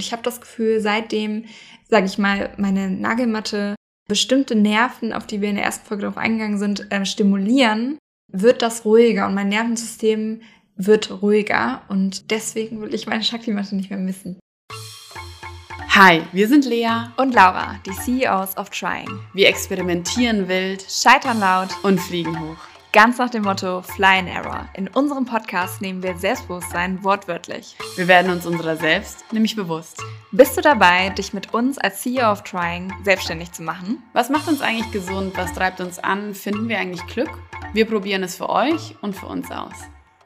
ich habe das Gefühl, seitdem, sage ich mal, meine Nagelmatte bestimmte Nerven, auf die wir in der ersten Folge drauf eingegangen sind, stimulieren, wird das ruhiger und mein Nervensystem wird ruhiger und deswegen will ich meine Shakti-Matte nicht mehr missen. Hi, wir sind Lea Und Laura, die CEOs of Trying. Wir experimentieren wild, Scheitern laut und fliegen hoch. Ganz nach dem Motto Fly and Error. In unserem Podcast nehmen wir Selbstbewusstsein wortwörtlich. Wir werden uns unserer selbst nämlich bewusst. Bist du dabei, dich mit uns als CEO of Trying selbstständig zu machen? Was macht uns eigentlich gesund? Was treibt uns an? Finden wir eigentlich Glück? Wir probieren es für euch und für uns aus.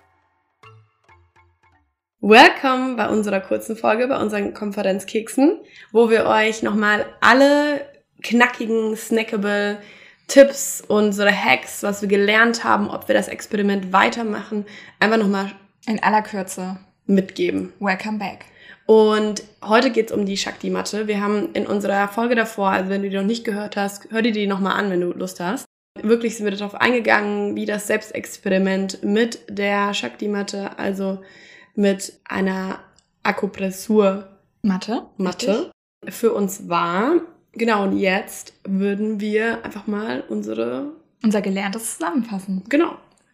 Welcome bei unserer kurzen Folge, bei unseren Konferenzkeksen, wo wir euch nochmal alle knackigen, snackable Tipps, unsere Hacks, was wir gelernt haben, ob wir das Experiment weitermachen, einfach nochmal in aller Kürze mitgeben. Welcome back. Und heute geht's um die Shakti-Matte. Wir haben in unserer Folge davor, also wenn du die noch nicht gehört hast, hör dir die nochmal an, wenn du Lust hast. Wirklich sind wir darauf eingegangen, wie das Selbstexperiment mit der Shakti-Matte, also mit einer Akupressurmatte für uns war. Genau, und jetzt würden wir einfach mal unser Gelerntes zusammenfassen. Genau.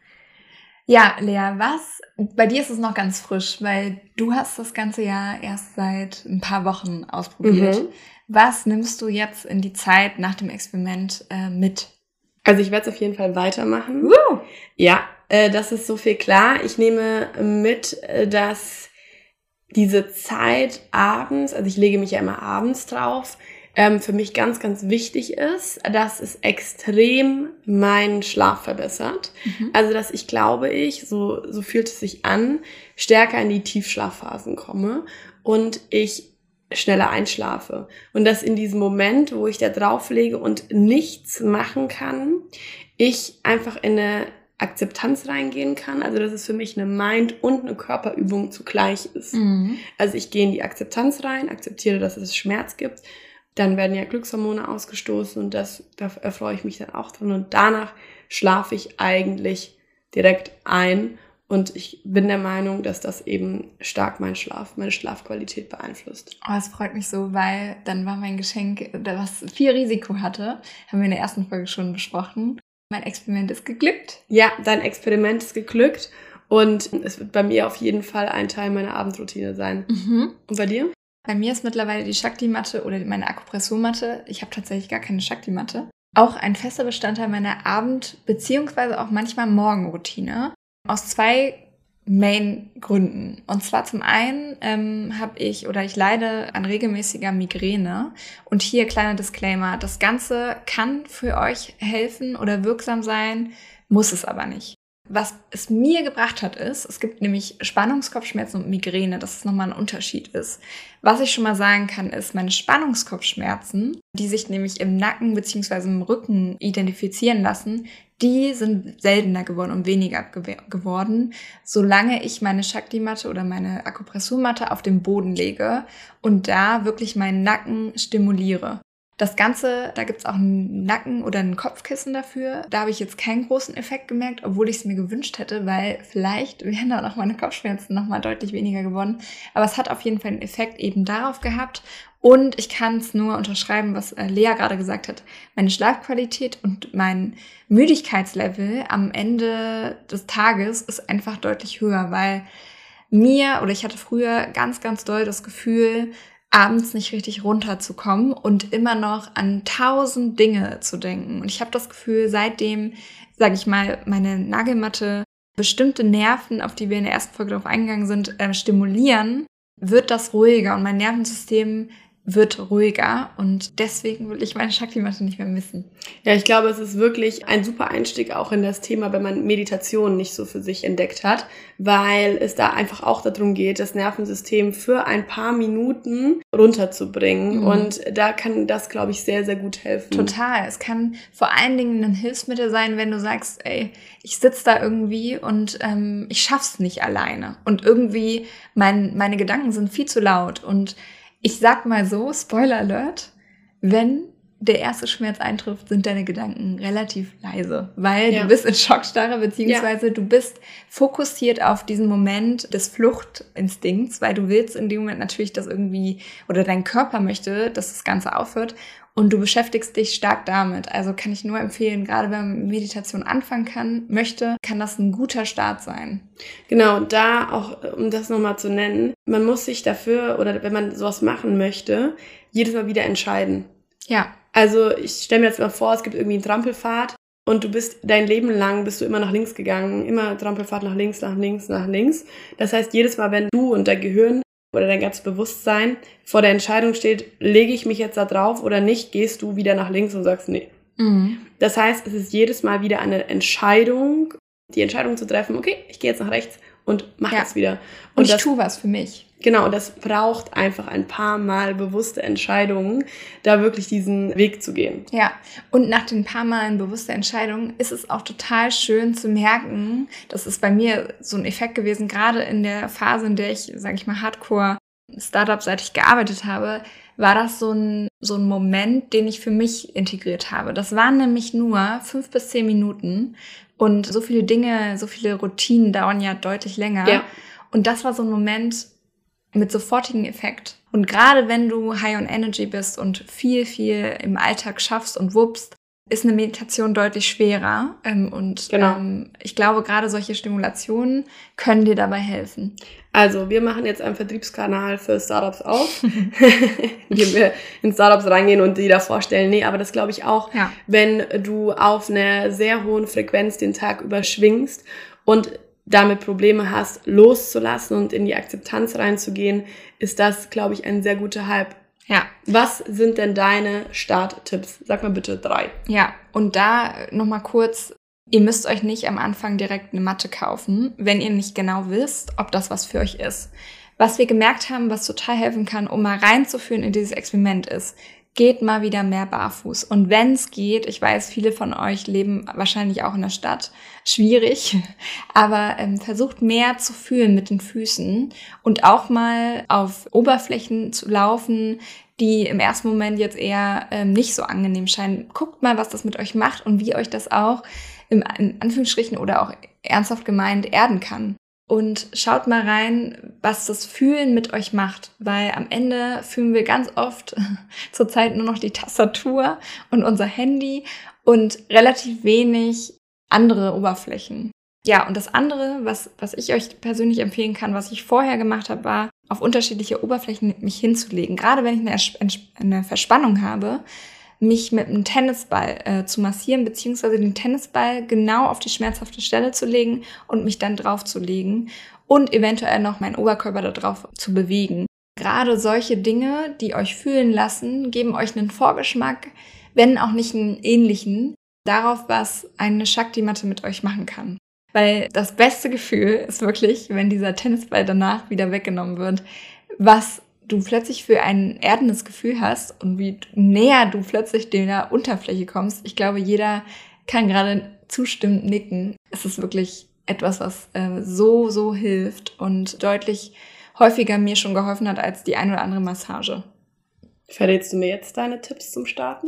Ja, Lea, bei dir ist es noch ganz frisch, weil du hast das ganze Jahr erst seit ein paar Wochen ausprobiert. Was nimmst du jetzt in die Zeit nach dem Experiment mit? Also ich werde es auf jeden Fall weitermachen. Ja, das ist so viel klar. Ich nehme mit, dass diese Zeit abends, also ich lege mich ja immer abends drauf, für mich ganz, ganz wichtig ist, dass es extrem meinen Schlaf verbessert. Also, dass ich glaube, so fühlt es sich an, stärker in die Tiefschlafphasen komme und ich schneller einschlafe. Und dass in diesem Moment, wo ich da drauf lege und nichts machen kann, ich einfach in eine Akzeptanz reingehen kann. Also, dass es für mich eine Mind- und eine Körperübung zugleich ist. Also, ich gehe in die Akzeptanz rein, akzeptiere, dass es Schmerz gibt. Dann werden ja Glückshormone ausgestoßen und da erfreue ich mich dann auch dran. Und danach schlafe ich eigentlich direkt ein. Und ich bin der Meinung, dass das eben stark meine Schlafqualität beeinflusst. Oh, das freut mich so, weil dann war mein Geschenk, was viel Risiko hatte, haben wir in der ersten Folge schon besprochen. Mein Experiment ist geglückt. Ja, dein Experiment ist geglückt. Und es wird bei mir auf jeden Fall ein Teil meiner Abendroutine sein. Und bei dir? Bei mir ist mittlerweile die Shakti-Matte oder meine Akupressurmatte, ich habe tatsächlich gar keine Shakti-Matte, auch ein fester Bestandteil meiner Abend- bzw. auch manchmal Morgenroutine. Aus zwei Main-Gründen. Und zwar zum einen ich leide an regelmäßiger Migräne. Und hier kleiner Disclaimer, das Ganze kann für euch helfen oder wirksam sein, muss es aber nicht. Was es mir gebracht hat, ist, es gibt nämlich Spannungskopfschmerzen und Migräne, dass es nochmal ein Unterschied ist. Was ich schon mal sagen kann, ist, meine Spannungskopfschmerzen, die sich nämlich im Nacken bzw. im Rücken identifizieren lassen, die sind seltener geworden und weniger geworden, solange ich meine Shakti-Matte oder meine Akupressurmatte auf den Boden lege und da wirklich meinen Nacken stimuliere. Das Ganze, da gibt's auch einen Nacken- oder ein Kopfkissen dafür. Da habe ich jetzt keinen großen Effekt gemerkt, obwohl ich es mir gewünscht hätte, weil vielleicht wären da noch meine Kopfschmerzen noch mal deutlich weniger geworden. Aber es hat auf jeden Fall einen Effekt eben darauf gehabt. Und ich kann es nur unterschreiben, was Lea gerade gesagt hat. Meine Schlafqualität und mein Müdigkeitslevel am Ende des Tages ist einfach deutlich höher, weil ich hatte früher ganz, ganz doll das Gefühl, abends nicht richtig runterzukommen und immer noch an 1000 Dinge zu denken. Und ich habe das Gefühl, seitdem, sage ich mal, meine Nagelmatte bestimmte Nerven, auf die wir in der ersten Folge drauf eingegangen sind, stimulieren, wird das ruhiger und mein Nervensystem wird ruhiger und deswegen will ich meine Shakti-Matte nicht mehr missen. Ja, ich glaube, es ist wirklich ein super Einstieg auch in das Thema, wenn man Meditation nicht so für sich entdeckt hat, weil es da einfach auch darum geht, das Nervensystem für ein paar Minuten runterzubringen und da kann das, glaube ich, sehr, sehr gut helfen. Total. Es kann vor allen Dingen ein Hilfsmittel sein, wenn du sagst, ey, ich sitze da irgendwie und ich schaff's nicht alleine und irgendwie meine Gedanken sind viel zu laut und ich sag mal so, Spoiler Alert, wenn der erste Schmerz eintrifft, sind deine Gedanken relativ leise, weil du bist in Schockstarre, beziehungsweise du bist fokussiert auf diesen Moment des Fluchtinstinkts, weil du willst in dem Moment natürlich, dass irgendwie, oder dein Körper möchte, dass das Ganze aufhört und du beschäftigst dich stark damit. Also kann ich nur empfehlen, gerade wenn man Meditation anfangen möchte, kann das ein guter Start sein. Genau, da auch, um das nochmal zu nennen, man muss sich dafür, oder wenn man sowas machen möchte, jedes Mal wieder entscheiden. Ja. Also ich stelle mir jetzt mal vor, es gibt irgendwie einen Trampelpfad und du bist dein Leben lang bist du immer nach links gegangen, immer Trampelpfad nach links, nach links, nach links. Das heißt, jedes Mal, wenn du und dein Gehirn oder dein ganzes Bewusstsein vor der Entscheidung steht, lege ich mich jetzt da drauf oder nicht, gehst du wieder nach links und sagst nee. Mhm. Das heißt, es ist jedes Mal wieder eine Entscheidung, die Entscheidung zu treffen, okay, ich gehe jetzt nach rechts und mache das wieder. Und ich tue was für mich. Genau, und das braucht einfach ein paar Mal bewusste Entscheidungen, da wirklich diesen Weg zu gehen. Ja, und nach den paar Malen bewusste Entscheidungen ist es auch total schön zu merken, das ist bei mir so ein Effekt gewesen, gerade in der Phase, in der ich, sage ich mal, hardcore Startup-seitig gearbeitet habe, war das so ein Moment, den ich für mich integriert habe. Das waren nämlich nur 5 bis 10 Minuten und so viele Dinge, so viele Routinen dauern ja deutlich länger. Ja. Und das war so ein Moment mit sofortigem Effekt. Und gerade wenn du high on energy bist und viel im Alltag schaffst und wuppst, ist eine Meditation deutlich schwerer. Ich glaube, gerade solche Stimulationen können dir dabei helfen. Also, wir machen jetzt einen Vertriebskanal für Startups auf, indem wir in Startups reingehen und die da vorstellen. Nee, aber das glaube ich auch, wenn du auf einer sehr hohen Frequenz den Tag überschwingst und damit Probleme hast, loszulassen und in die Akzeptanz reinzugehen, ist das, glaube ich, ein sehr guter Hype. Ja. Was sind denn deine Starttipps? Sag mal bitte 3. Ja, und da nochmal kurz, ihr müsst euch nicht am Anfang direkt eine Matte kaufen, wenn ihr nicht genau wisst, ob das was für euch ist. Was wir gemerkt haben, was total helfen kann, um mal reinzuführen in dieses Experiment ist, geht mal wieder mehr barfuß. Und wenn es geht, ich weiß, viele von euch leben wahrscheinlich auch in der Stadt, schwierig, aber versucht mehr zu fühlen mit den Füßen und auch mal auf Oberflächen zu laufen, die im ersten Moment jetzt eher nicht so angenehm scheinen. Guckt mal, was das mit euch macht und wie euch das auch in Anführungsstrichen oder auch ernsthaft gemeint erden kann. Und schaut mal rein, was das Fühlen mit euch macht, weil am Ende fühlen wir ganz oft zurzeit nur noch die Tastatur und unser Handy und relativ wenig andere Oberflächen. Ja, und das andere, was ich euch persönlich empfehlen kann, was ich vorher gemacht habe, war, auf unterschiedliche Oberflächen mich hinzulegen. Gerade wenn ich eine Verspannung habe, mich mit einem Tennisball zu massieren, beziehungsweise den Tennisball genau auf die schmerzhafte Stelle zu legen und mich dann drauf zu legen und eventuell noch meinen Oberkörper da drauf zu bewegen. Gerade solche Dinge, die euch fühlen lassen, geben euch einen Vorgeschmack, wenn auch nicht einen ähnlichen, darauf, was eine Shakti-Matte mit euch machen kann. Weil das beste Gefühl ist wirklich, wenn dieser Tennisball danach wieder weggenommen wird, was du plötzlich für ein erdendes Gefühl hast und wie näher du plötzlich der Unterfläche kommst. Ich glaube, jeder kann gerade zustimmend nicken. Es ist wirklich etwas, was so hilft und deutlich häufiger mir schon geholfen hat als die ein oder andere Massage. Verrätst du mir jetzt deine Tipps zum Starten?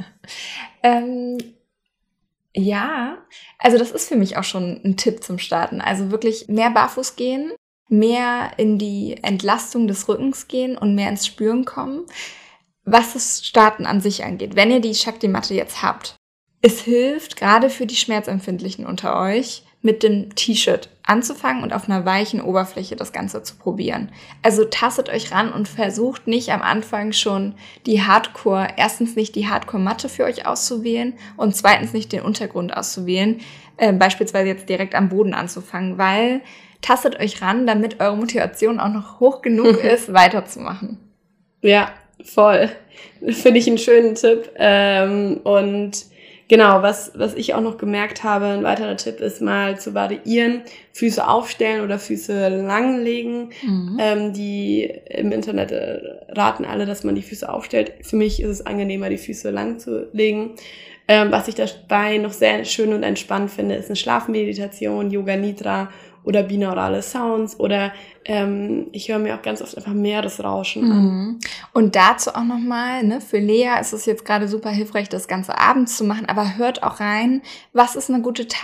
Ja, also das ist für mich auch schon ein Tipp zum Starten. Also wirklich mehr barfuß gehen, mehr in die Entlastung des Rückens gehen und mehr ins Spüren kommen, was das Starten an sich angeht. Wenn ihr die Shakti-Matte jetzt habt, es hilft gerade für die Schmerzempfindlichen unter euch, mit dem T-Shirt anzufangen und auf einer weichen Oberfläche das Ganze zu probieren. Also tastet euch ran und versucht nicht am Anfang schon erstens nicht die Hardcore-Matte für euch auszuwählen und zweitens nicht den Untergrund auszuwählen, beispielsweise jetzt direkt am Boden anzufangen, weil tastet euch ran, damit eure Motivation auch noch hoch genug ist, weiterzumachen. Ja, voll. Finde ich einen schönen Tipp. Und genau, was ich auch noch gemerkt habe, ein weiterer Tipp ist mal zu variieren, Füße aufstellen oder Füße langlegen. Die im Internet raten alle, dass man die Füße aufstellt. Für mich ist es angenehmer, die Füße lang zu legen. Was ich dabei noch sehr schön und entspannt finde, ist eine Schlafmeditation, Yoga Nidra oder binaurale Sounds oder ich höre mir auch ganz oft einfach Meeresrauschen an. Und dazu auch nochmal, ne, für Lea ist es jetzt gerade super hilfreich, das Ganze abends zu machen, aber hört auch rein, was ist eine gute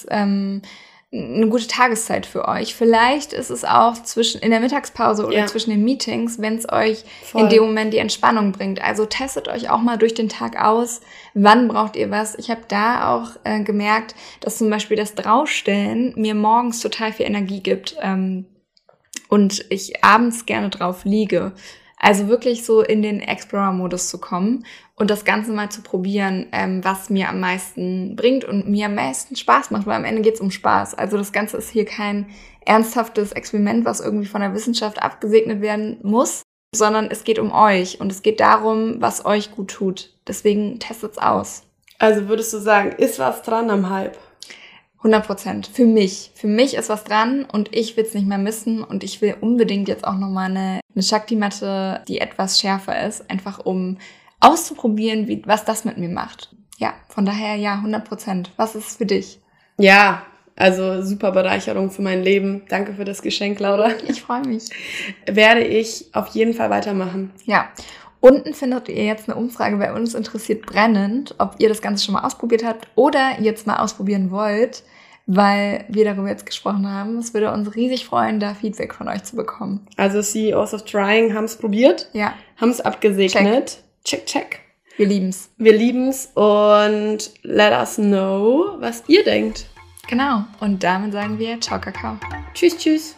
Tageszeit für euch. Vielleicht ist es auch in der Mittagspause oder zwischen den Meetings, wenn es euch in dem Moment die Entspannung bringt. Also testet euch auch mal durch den Tag aus, wann braucht ihr was. Ich habe da auch gemerkt, dass zum Beispiel das Draufstellen mir morgens total viel Energie gibt und ich abends gerne drauf liege. Also wirklich so in den Explorer-Modus zu kommen und das Ganze mal zu probieren, was mir am meisten bringt und mir am meisten Spaß macht, weil am Ende geht es um Spaß. Also das Ganze ist hier kein ernsthaftes Experiment, was irgendwie von der Wissenschaft abgesegnet werden muss, sondern es geht um euch und es geht darum, was euch gut tut. Deswegen testet's aus. Also würdest du sagen, ist was dran am Hype? 100%. Für mich. Für mich ist was dran und ich will es nicht mehr missen und ich will unbedingt jetzt auch nochmal eine Shakti-Matte, die etwas schärfer ist, einfach um auszuprobieren, was das mit mir macht. Ja, von daher ja, 100%. Was ist es für dich? Ja, also super Bereicherung für mein Leben. Danke für das Geschenk, Laura. Ich freue mich. Werde ich auf jeden Fall weitermachen. Ja. Unten findet ihr jetzt eine Umfrage, bei uns interessiert brennend, ob ihr das Ganze schon mal ausprobiert habt oder jetzt mal ausprobieren wollt, weil wir darüber jetzt gesprochen haben. Es würde uns riesig freuen, da Feedback von euch zu bekommen. Also CEOs of Trying haben es probiert, haben es abgesegnet. Check. Wir lieben's. Wir lieben's und let us know, was ihr denkt. Genau. Und damit sagen wir Ciao, Kakao. Tschüss.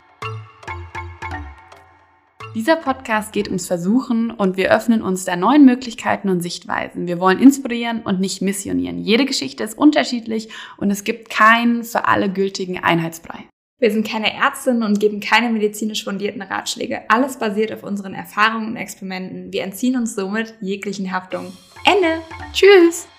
Dieser Podcast geht ums Versuchen und wir öffnen uns der neuen Möglichkeiten und Sichtweisen. Wir wollen inspirieren und nicht missionieren. Jede Geschichte ist unterschiedlich und es gibt keinen für alle gültigen Einheitsbrei. Wir sind keine Ärztinnen und geben keine medizinisch fundierten Ratschläge. Alles basiert auf unseren Erfahrungen und Experimenten. Wir entziehen uns somit jeglichen Haftung. Ende! Tschüss!